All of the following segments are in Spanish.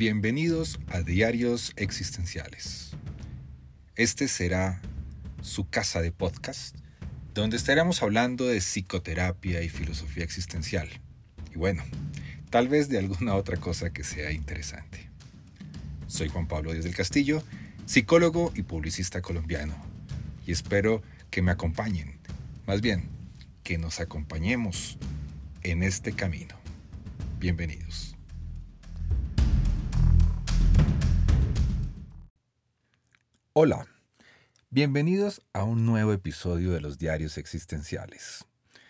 Bienvenidos a Diarios Existenciales. Este será su casa de podcast, donde estaremos hablando de psicoterapia y filosofía existencial. Y bueno, tal vez de alguna otra cosa que sea interesante. Soy Juan Pablo Díaz del Castillo, psicólogo y publicista colombiano, y espero que me acompañen, más bien, que nos acompañemos en este camino. Bienvenidos. Hola, bienvenidos a un nuevo episodio de los Diarios Existenciales.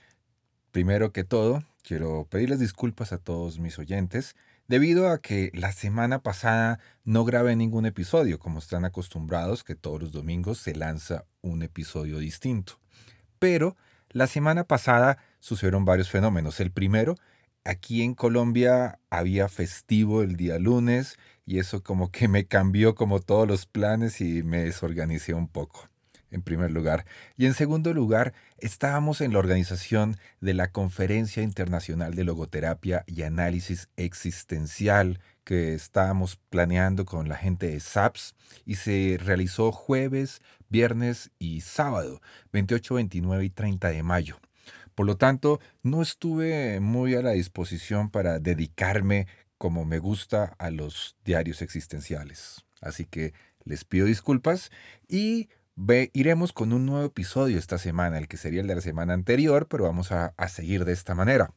Primero que todo, quiero pedirles disculpas a todos mis oyentes, debido a que la semana pasada no grabé ningún episodio, como están acostumbrados que todos los domingos se lanza un episodio distinto. Pero la semana pasada sucedieron varios fenómenos. El primero, aquí en Colombia había festivo el día lunes y eso como que me cambió como todos los planes y me desorganicé un poco, en primer lugar. Y en segundo lugar, estábamos en la organización de la Conferencia Internacional de Logoterapia y Análisis Existencial que estábamos planeando con la gente de SAPS y se realizó jueves, viernes y sábado, 28, 29 y 30 de mayo. Por lo tanto, no estuve muy a la disposición para dedicarme como me gusta a los diarios existenciales. Así que les pido disculpas y iremos con un nuevo episodio esta semana, el que sería el de la semana anterior, pero vamos a seguir de esta manera.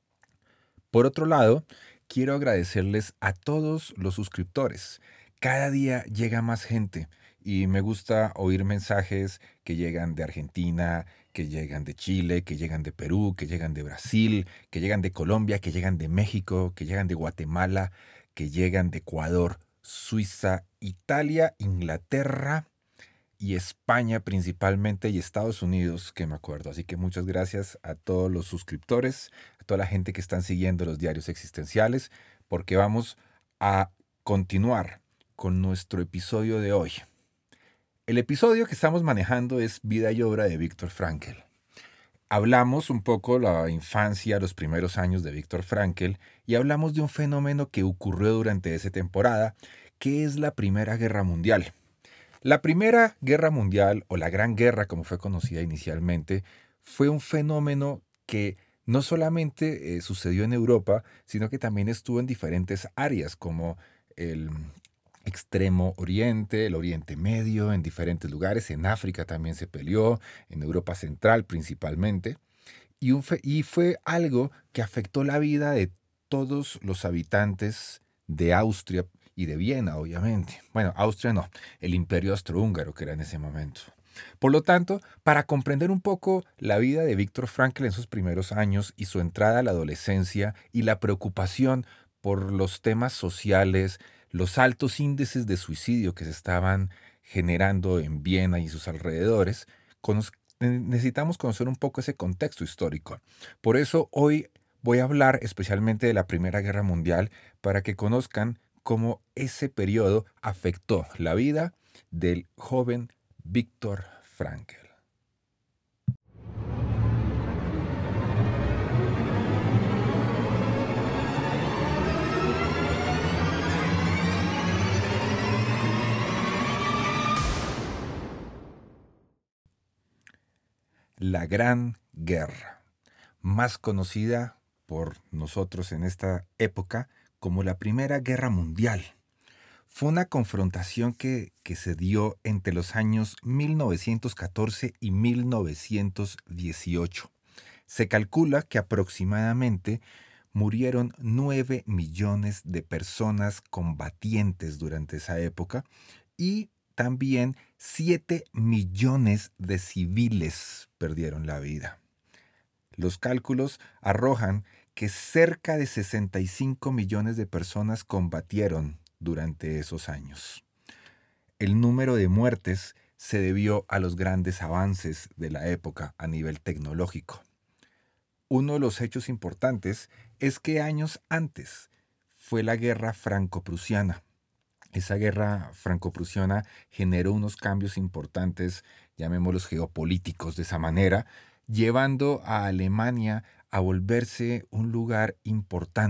Por otro lado, quiero agradecerles a todos los suscriptores. Cada día llega más gente y me gusta oír mensajes que llegan de Argentina, que llegan de Chile, que llegan de Perú, que llegan de Brasil, que llegan de Colombia, que llegan de México, que llegan de Guatemala, que llegan de Ecuador, Suiza, Italia, Inglaterra y España principalmente y Estados Unidos, que me acuerdo. Así que muchas gracias a todos los suscriptores, a toda la gente que están siguiendo los diarios existenciales, porque vamos a continuar con nuestro episodio de hoy. El episodio que estamos manejando es Vida y obra de Viktor Frankl. Hablamos un poco de la infancia, los primeros años de Viktor Frankl, y hablamos de un fenómeno que ocurrió durante esa temporada, que es la Primera Guerra Mundial. La Primera Guerra Mundial, o la Gran Guerra como fue conocida inicialmente, fue un fenómeno que no solamente sucedió en Europa, sino que también estuvo en diferentes áreas, como el Extremo Oriente, el Oriente Medio, en diferentes lugares. En África también se peleó, en Europa Central principalmente. Y fue algo que afectó la vida de todos los habitantes de Austria y de Viena, obviamente. Bueno, Austria no, el Imperio Austrohúngaro que era en ese momento. Por lo tanto, para comprender un poco la vida de Viktor Frankl en sus primeros años y su entrada a la adolescencia y la preocupación por los temas sociales, los altos índices de suicidio que se estaban generando en Viena y sus alrededores, necesitamos conocer un poco ese contexto histórico. Por eso hoy voy a hablar especialmente de la Primera Guerra Mundial para que conozcan cómo ese periodo afectó la vida del joven Viktor Frankl. La Gran Guerra, más conocida por nosotros en esta época como la Primera Guerra Mundial. Fue una confrontación que se dio entre los años 1914 y 1918. Se calcula que aproximadamente murieron 9 millones de personas combatientes durante esa época y también 7 millones de civiles perdieron la vida. Los cálculos arrojan que cerca de 65 millones de personas combatieron durante esos años. El número de muertes se debió a los grandes avances de la época a nivel tecnológico. Uno de los hechos importantes es que años antes fue la Guerra Franco-Prusiana. Esa guerra franco-prusiana generó unos cambios importantes, llamémoslos geopolíticos de esa manera, llevando a Alemania a volverse un lugar importante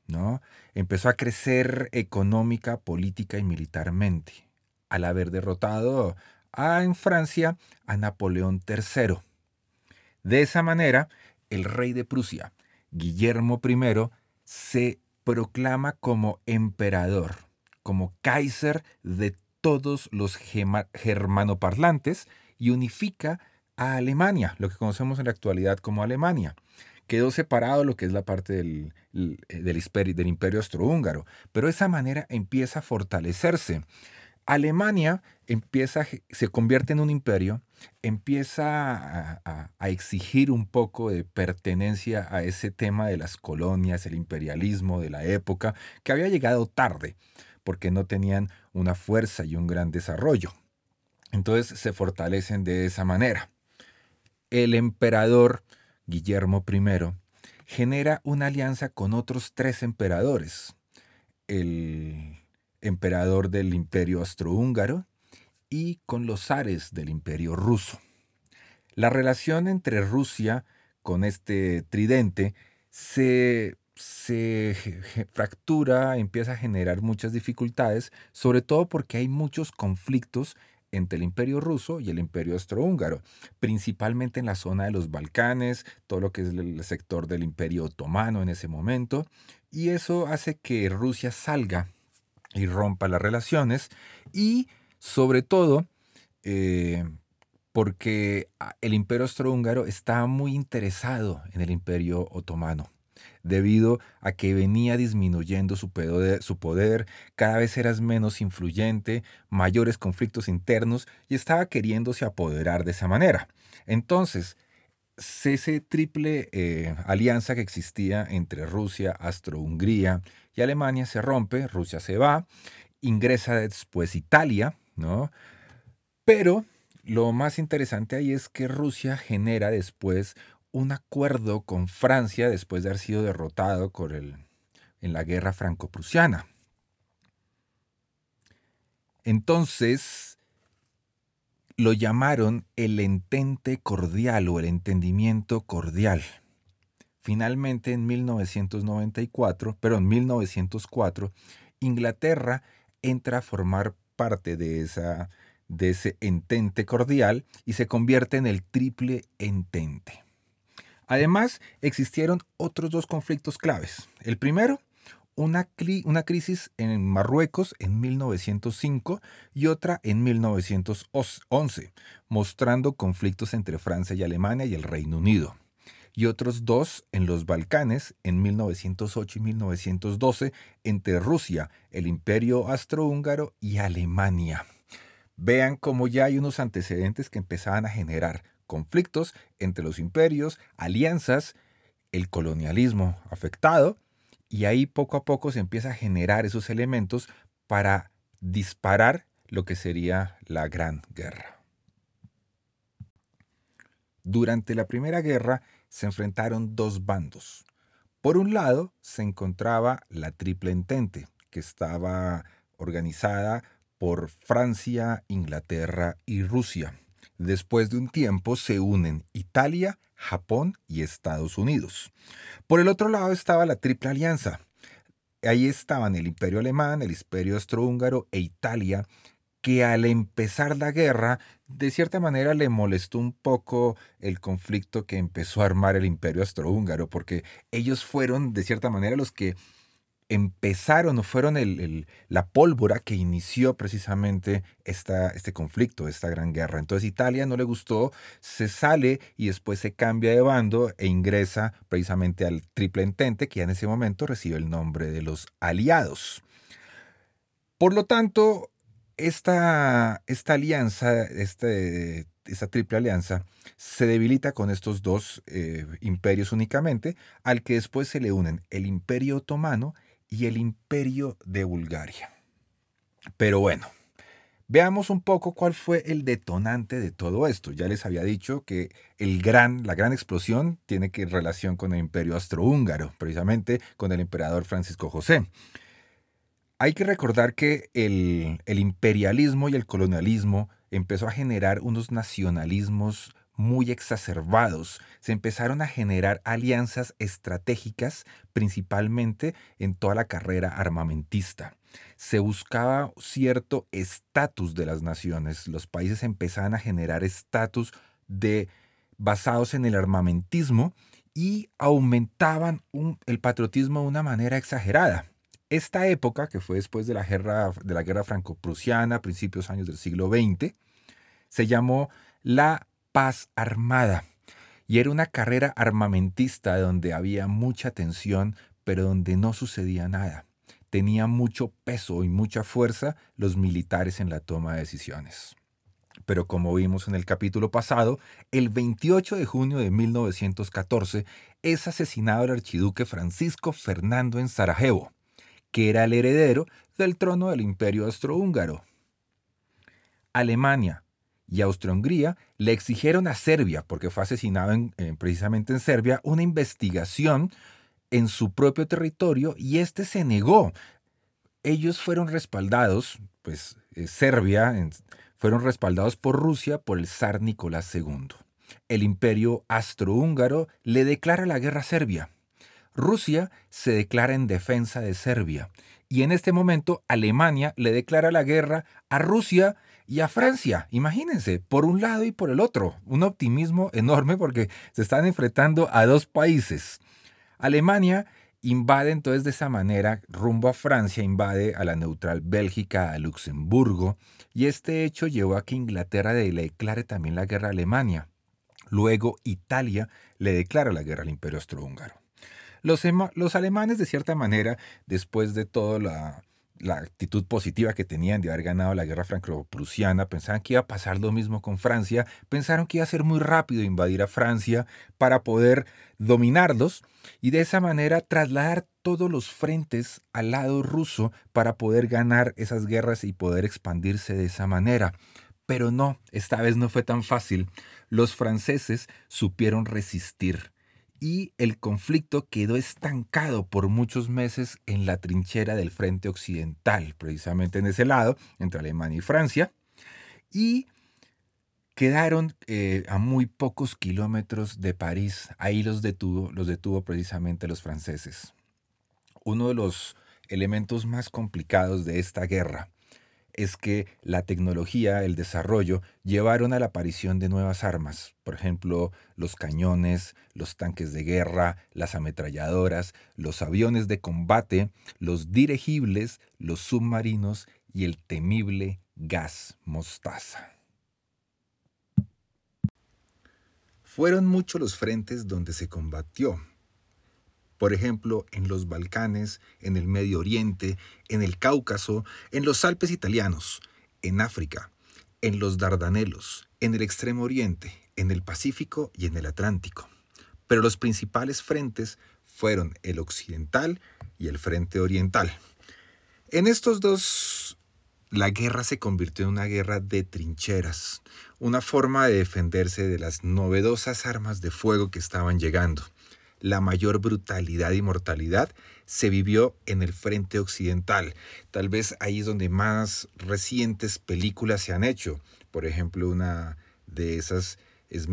¿no? Empezó a crecer económica, política y militarmente, al haber derrotado en Francia a Napoleón III. De esa manera, el rey de Prusia, Guillermo I, se proclama como emperador, como Kaiser de todos los germanoparlantes y unifica a Alemania, lo que conocemos en la actualidad como Alemania. Quedó separado lo que es la parte del imperio austrohúngaro, pero de esa manera empieza a fortalecerse. Alemania se convierte en un imperio, empieza a exigir un poco de pertenencia a ese tema de las colonias, el imperialismo de la época, que había llegado tarde, porque no tenían una fuerza y un gran desarrollo. Entonces se fortalecen de esa manera. El emperador Guillermo I genera una alianza con otros 3 emperadores. El emperador del Imperio Austrohúngaro y con los zares del Imperio Ruso. La relación entre Rusia con este tridente se fractura, empieza a generar muchas dificultades, sobre todo porque hay muchos conflictos entre el Imperio Ruso y el Imperio Austrohúngaro, principalmente en la zona de los Balcanes, todo lo que es el sector del Imperio Otomano en ese momento, y eso hace que Rusia salga y rompa las relaciones y sobre todo porque el imperio austrohúngaro estaba muy interesado en el imperio otomano, debido a que venía disminuyendo su poder, cada vez era menos influyente, mayores conflictos internos y estaba queriéndose apoderar de esa manera. Entonces, ese triple alianza que existía entre Rusia, Austro-Hungría y Alemania se rompe, Rusia se va, ingresa después Italia, ¿no? Pero lo más interesante ahí es que Rusia genera después un acuerdo con Francia después de haber sido derrotado en la guerra franco-prusiana. Entonces lo llamaron el entente cordial o el entendimiento cordial. Finalmente en 1904, Inglaterra entra a formar parte de ese entente cordial y se convierte en el triple entente. Además, existieron otros 2 conflictos claves. El primero, una crisis en Marruecos en 1905 y otra en 1911, mostrando conflictos entre Francia y Alemania y el Reino Unido. Y otros 2 en los Balcanes en 1908 y 1912 entre Rusia, el Imperio Austrohúngaro y Alemania. Vean cómo ya hay unos antecedentes que empezaban a generar conflictos entre los imperios, alianzas, el colonialismo afectado, y ahí poco a poco se empieza a generar esos elementos para disparar lo que sería la Gran Guerra. Durante la Primera Guerra se enfrentaron 2 bandos. Por un lado se encontraba la Triple Entente, que estaba organizada por Francia, Inglaterra y Rusia. Después de un tiempo se unen Italia, Japón y Estados Unidos. Por el otro lado estaba la Triple Alianza. Ahí estaban el Imperio Alemán, el Imperio Austrohúngaro e Italia, que al empezar la guerra, de cierta manera le molestó un poco el conflicto que empezó a armar el Imperio Austrohúngaro, porque ellos fueron, de cierta manera, los que empezaron o fueron la pólvora que inició precisamente este conflicto, esta gran guerra. Entonces Italia no le gustó, se sale y después se cambia de bando e ingresa precisamente al Triple Entente, que ya en ese momento recibe el nombre de los aliados. Por lo tanto, esta alianza, esta triple alianza, se debilita con estos 2 imperios únicamente, al que después se le unen el Imperio Otomano y el Imperio de Bulgaria. Pero bueno, veamos un poco cuál fue el detonante de todo esto. Ya les había dicho que la gran explosión tiene relación con el Imperio Austrohúngaro, precisamente con el emperador Francisco José. Hay que recordar que el imperialismo y el colonialismo empezó a generar unos nacionalismos muy exacerbados. Se empezaron a generar alianzas estratégicas, principalmente en toda la carrera armamentista. Se buscaba cierto estatus de las naciones. Los países empezaban a generar estatus basados en el armamentismo y aumentaban el patriotismo de una manera exagerada. Esta época, que fue después de la guerra franco-prusiana, principios años del siglo XX, se llamó la paz armada y era una carrera armamentista donde había mucha tensión, pero donde no sucedía nada. Tenía mucho peso y mucha fuerza los militares en la toma de decisiones. Pero como vimos en el capítulo pasado, el 28 de junio de 1914 es asesinado el archiduque Francisco Fernando en Sarajevo, que era el heredero del trono del Imperio Austrohúngaro. Alemania y Austria-Hungría le exigieron a Serbia, porque fue asesinado precisamente en Serbia, una investigación en su propio territorio y este se negó. Ellos fueron respaldados, fueron respaldados por Rusia por el zar Nicolás II. El Imperio Austrohúngaro le declara la guerra a Serbia. Rusia se declara en defensa de Serbia. Y en este momento Alemania le declara la guerra a Rusia y a Francia. Imagínense, por un lado y por el otro. Un optimismo enorme porque se están enfrentando a dos países. Alemania invade entonces de esa manera rumbo a Francia, invade a la neutral Bélgica, a Luxemburgo, y este hecho llevó a que Inglaterra le declare también la guerra a Alemania. Luego Italia le declara la guerra al Imperio Austrohúngaro. Los alemanes, de cierta manera, después de toda la actitud positiva que tenían de haber ganado la guerra franco-prusiana, pensaban que iba a pasar lo mismo con Francia, pensaron que iba a ser muy rápido invadir a Francia para poder dominarlos y de esa manera trasladar todos los frentes al lado ruso para poder ganar esas guerras y poder expandirse de esa manera. Pero no, esta vez no fue tan fácil. Los franceses supieron resistir y el conflicto quedó estancado por muchos meses en la trinchera del frente occidental, precisamente en ese lado, entre Alemania y Francia, y quedaron a muy pocos kilómetros de París. Ahí los detuvo precisamente los franceses. Uno de los elementos más complicados de esta guerra es que la tecnología, el desarrollo, llevaron a la aparición de nuevas armas. Por ejemplo, los cañones, los tanques de guerra, las ametralladoras, los aviones de combate, los dirigibles, los submarinos y el temible gas mostaza. Fueron muchos los frentes donde se combatió. Por ejemplo, en los Balcanes, en el Medio Oriente, en el Cáucaso, en los Alpes italianos, en África, en los Dardanelos, en el Extremo Oriente, en el Pacífico y en el Atlántico. Pero los principales frentes fueron el occidental y el frente oriental. En estos dos, la guerra se convirtió en una guerra de trincheras, una forma de defenderse de las novedosas armas de fuego que estaban llegando. La mayor brutalidad y mortalidad se vivió en el frente occidental. Tal vez ahí es donde más recientes películas se han hecho. Por ejemplo, una de esas es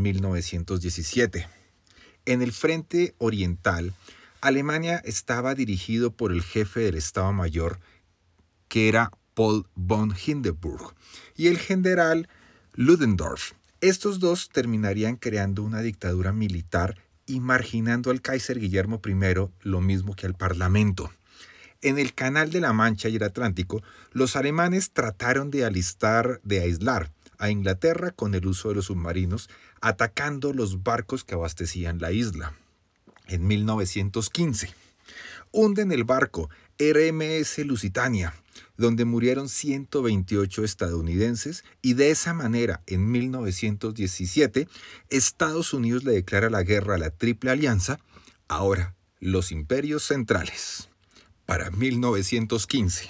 1917. En el frente oriental, Alemania estaba dirigido por el jefe del Estado Mayor, que era Paul von Hindenburg, y el general Ludendorff. Estos dos terminarían creando una dictadura militar y marginando al Kaiser Guillermo I, lo mismo que al Parlamento. En el Canal de la Mancha y el Atlántico, los alemanes trataron de aislar a Inglaterra con el uso de los submarinos, atacando los barcos que abastecían la isla. En 1915, hunden el barco RMS Lusitania, donde murieron 128 estadounidenses, y de esa manera, en 1917, Estados Unidos le declara la guerra a la Triple Alianza, ahora los imperios centrales. Para 1915,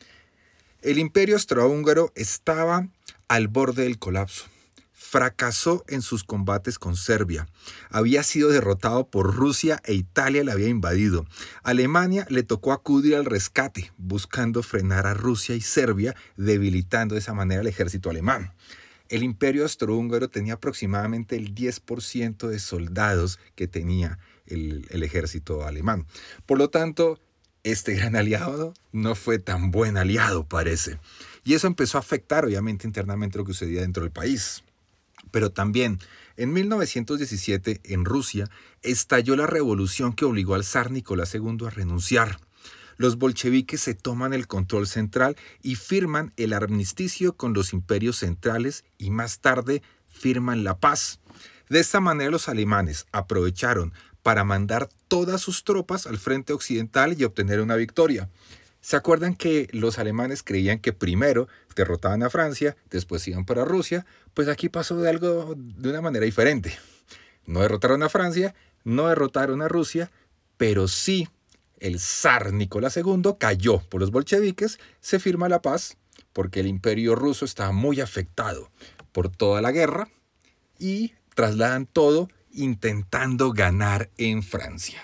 el Imperio Austrohúngaro estaba al borde del colapso. Fracasó en sus combates con Serbia. Había sido derrotado por Rusia e Italia le había invadido. Alemania le tocó acudir al rescate, buscando frenar a Rusia y Serbia, debilitando de esa manera el ejército alemán. El imperio austrohúngaro tenía aproximadamente el 10% de soldados que tenía el ejército alemán. Por lo tanto, este gran aliado no fue tan buen aliado, parece. Y eso empezó a afectar, obviamente, internamente lo que sucedía dentro del país. Pero también, en 1917, en Rusia, estalló la revolución que obligó al zar Nicolás II a renunciar. Los bolcheviques se toman el control central y firman el armisticio con los imperios centrales y más tarde firman la paz. De esta manera los alemanes aprovecharon para mandar todas sus tropas al frente occidental y obtener una victoria. ¿Se acuerdan que los alemanes creían que primero derrotaban a Francia, después iban para Rusia? Pues aquí pasó de una manera diferente. No derrotaron a Francia, no derrotaron a Rusia, pero sí el zar Nicolás II cayó por los bolcheviques, se firma la paz porque el imperio ruso estaba muy afectado por toda la guerra y trasladan todo intentando ganar en Francia.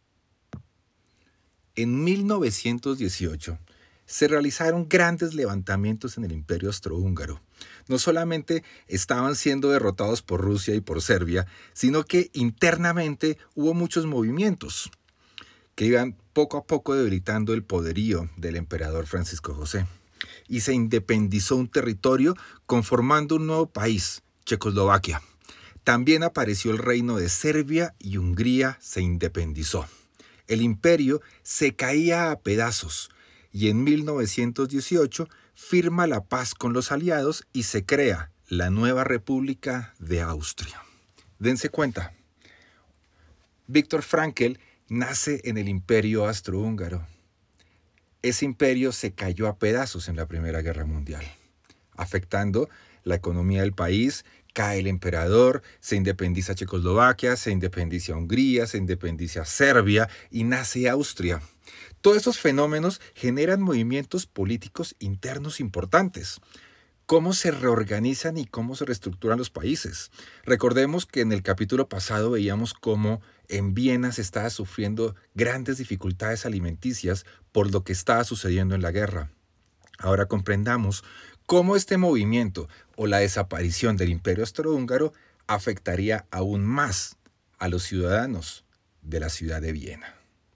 En 1918 se realizaron grandes levantamientos en el imperio austrohúngaro. No solamente estaban siendo derrotados por Rusia y por Serbia, sino que internamente hubo muchos movimientos que iban poco a poco debilitando el poderío del emperador Francisco José. Y se independizó un territorio conformando un nuevo país, Checoslovaquia. También apareció el reino de Serbia y Hungría se independizó. El imperio se caía a pedazos y en 1918 firma la paz con los aliados y se crea la nueva República de Austria. Dense cuenta, Viktor Frankl nace en el imperio austrohúngaro. Ese imperio se cayó a pedazos en la Primera Guerra Mundial, afectando la economía del país. Cae el emperador, se independiza Checoslovaquia, se independiza Hungría, se independiza Serbia y nace Austria. Todos estos fenómenos generan movimientos políticos internos importantes. ¿Cómo se reorganizan y cómo se reestructuran los países? Recordemos que en el capítulo pasado veíamos cómo en Viena se estaba sufriendo grandes dificultades alimenticias por lo que estaba sucediendo en la guerra. Ahora comprendamos cómo este movimiento o la desaparición del imperio austrohúngaro afectaría aún más a los ciudadanos de la ciudad de Viena.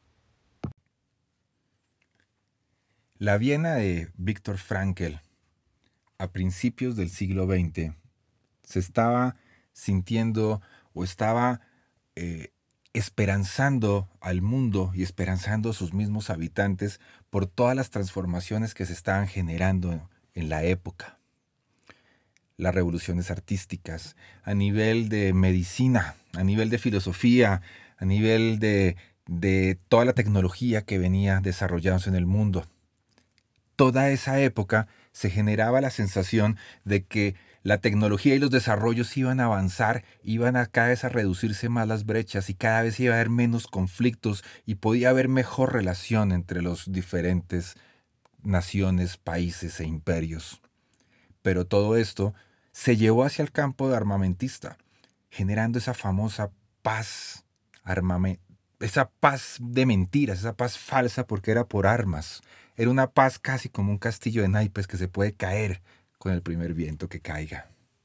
La Viena de Viktor Frankl a principios del siglo XX se estaba sintiendo o estaba esperanzando al mundo y esperanzando a sus mismos habitantes por todas las transformaciones que se estaban generando en la época. Las revoluciones artísticas, a nivel de medicina, a nivel de filosofía, a nivel de toda la tecnología que venía desarrollándose en el mundo. Toda esa época se generaba la sensación de que la tecnología y los desarrollos iban a avanzar, iban a cada vez a reducirse más las brechas y cada vez iba a haber menos conflictos y podía haber mejor relación entre los diferentes naciones, países e imperios. Pero todo esto se llevó hacia el campo de armamentista, generando esa famosa paz esa paz de mentiras, esa paz falsa porque era por armas. Era una paz casi como un castillo de naipes que se puede caer con el primer viento que caiga.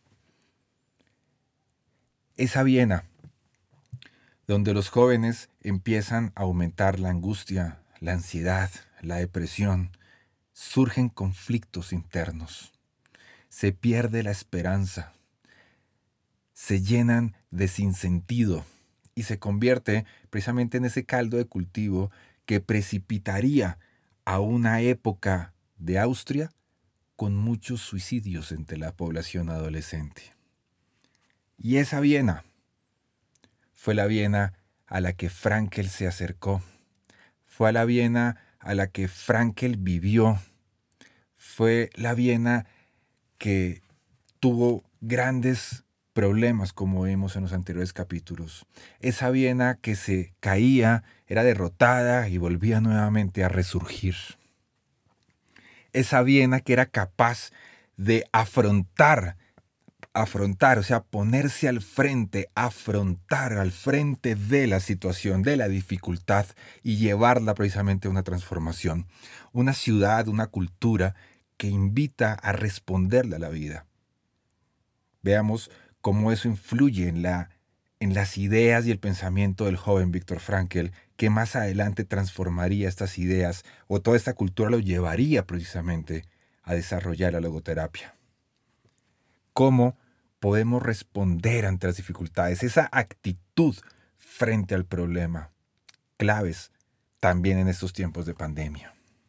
Esa Viena, donde los jóvenes empiezan a aumentar la angustia, la ansiedad, la depresión, surgen conflictos internos. Se pierde la esperanza, se llenan de sinsentido y se convierte precisamente en ese caldo de cultivo que precipitaría a una época de Austria con muchos suicidios entre la población adolescente. Y esa Viena fue la Viena a la que Frankl se acercó, fue a la Viena a la que Frankl vivió, fue la Viena que tuvo grandes problemas como vimos en los anteriores capítulos. Esa Viena que se caía, era derrotada y volvía nuevamente a resurgir. Esa Viena que era capaz de afrontar, o sea, ponerse al frente, afrontar al frente de la situación, de la dificultad y llevarla precisamente a una transformación. Una ciudad, una cultura que invita a responderle a la vida. Veamos cómo eso influye en las ideas y el pensamiento del joven Viktor Frankl, que más adelante transformaría estas ideas o toda esta cultura lo llevaría precisamente a desarrollar la logoterapia. Cómo podemos responder ante las dificultades, esa actitud frente al problema, claves también en estos tiempos de pandemia.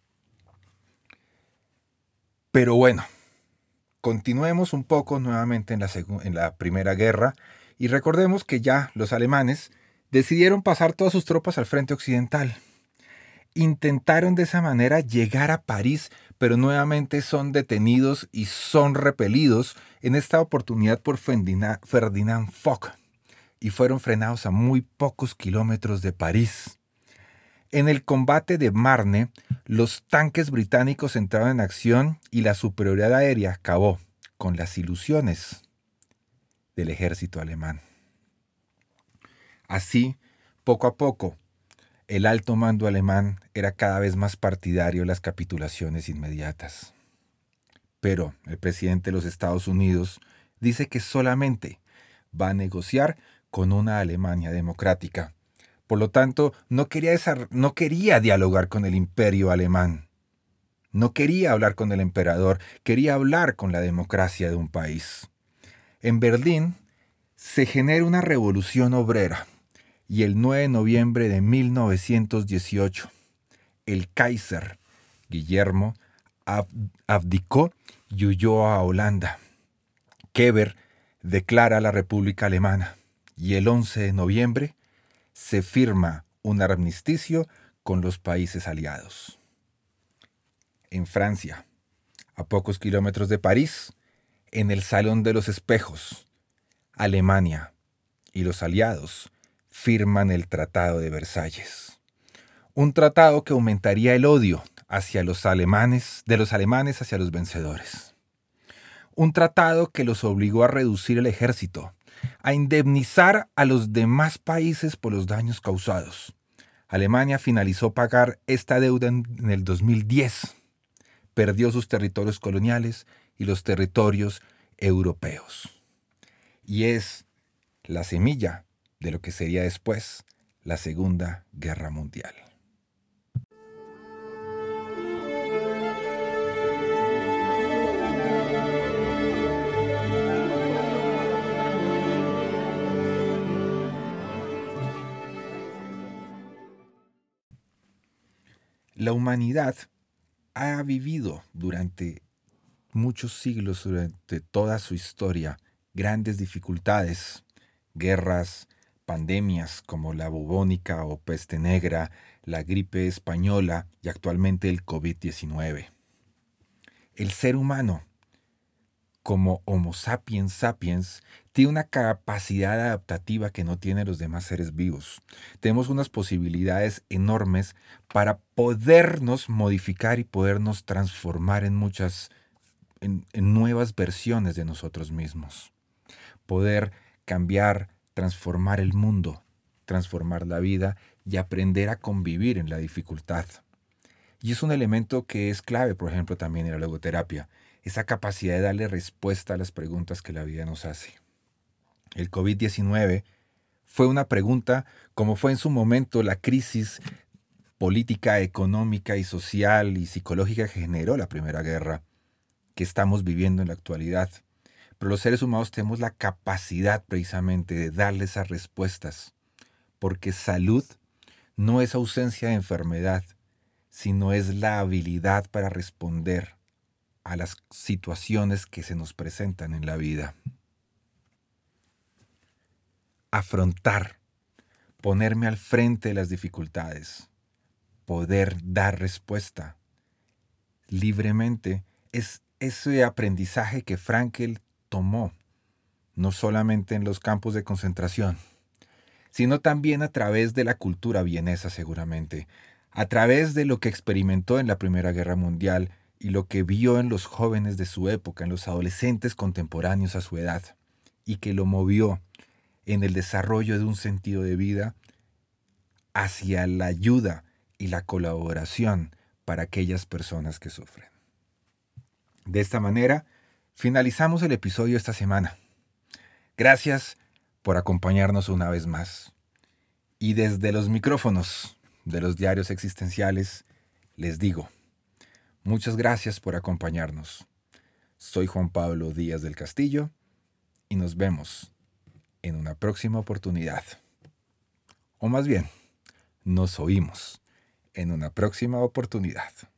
Pero bueno, continuemos un poco nuevamente en la Primera Guerra y recordemos que ya los alemanes decidieron pasar todas sus tropas al frente occidental. Intentaron de esa manera llegar a París, pero nuevamente son detenidos y son repelidos, en esta oportunidad por Ferdinand Foch, y fueron frenados a muy pocos kilómetros de París. En el combate de Marne, los tanques británicos entraron en acción y la superioridad aérea acabó con las ilusiones del ejército alemán. Así, poco a poco, el alto mando alemán era cada vez más partidario de las capitulaciones inmediatas. Pero el presidente de los Estados Unidos dice que solamente va a negociar con una Alemania democrática. Por lo tanto, no quería dialogar con el imperio alemán. No quería hablar con el emperador, quería hablar con la democracia de un país. En Berlín se genera una revolución obrera y el 9 de noviembre de 1918, el Kaiser Guillermo abdicó y huyó a Holanda. Keber declara la República Alemana y el 11 de noviembre se firma un armisticio con los países aliados. En Francia, a pocos kilómetros de París, en el Salón de los Espejos, Alemania y los aliados firman el Tratado de Versalles. Un tratado que aumentaría el odio hacia los alemanes, de los alemanes hacia los vencedores. Un tratado que los obligó a reducir el ejército, a indemnizar a los demás países por los daños causados. Alemania finalizó pagar esta deuda en el 2010. Perdió sus territorios coloniales y los territorios europeos. Y es la semilla de lo que sería después la Segunda Guerra Mundial. La humanidad ha vivido durante muchos siglos, durante toda su historia, grandes dificultades, guerras, pandemias como la bubónica o peste negra, la gripe española y actualmente el COVID-19. El ser humano, como Homo sapiens sapiens, tiene una capacidad adaptativa que no tienen los demás seres vivos. Tenemos unas posibilidades enormes para podernos modificar y podernos transformar en nuevas versiones de nosotros mismos. Poder cambiar, transformar el mundo, transformar la vida y aprender a convivir en la dificultad. Y es un elemento que es clave, por ejemplo, también en la logoterapia, esa capacidad de darle respuesta a las preguntas que la vida nos hace. El COVID-19 fue una pregunta, como fue en su momento la crisis política, económica y social y psicológica que generó la Primera Guerra, que estamos viviendo en la actualidad. Pero los seres humanos tenemos la capacidad precisamente de darle esas respuestas, porque salud no es ausencia de enfermedad, sino es la habilidad para responder a las situaciones que se nos presentan en la vida. Afrontar, ponerme al frente de las dificultades, poder dar respuesta libremente, es ese aprendizaje que Frankl tomó, no solamente en los campos de concentración, sino también a través de la cultura vienesa seguramente, a través de lo que experimentó en la Primera Guerra Mundial y lo que vio en los jóvenes de su época, en los adolescentes contemporáneos a su edad, y que lo movió en el desarrollo de un sentido de vida hacia la ayuda y la colaboración para aquellas personas que sufren. De esta manera, finalizamos el episodio esta semana. Gracias por acompañarnos una vez más. Y desde los micrófonos de los diarios existenciales les digo, muchas gracias por acompañarnos. Soy Juan Pablo Díaz del Castillo y nos vemos en una próxima oportunidad. O más bien, nos oímos en una próxima oportunidad.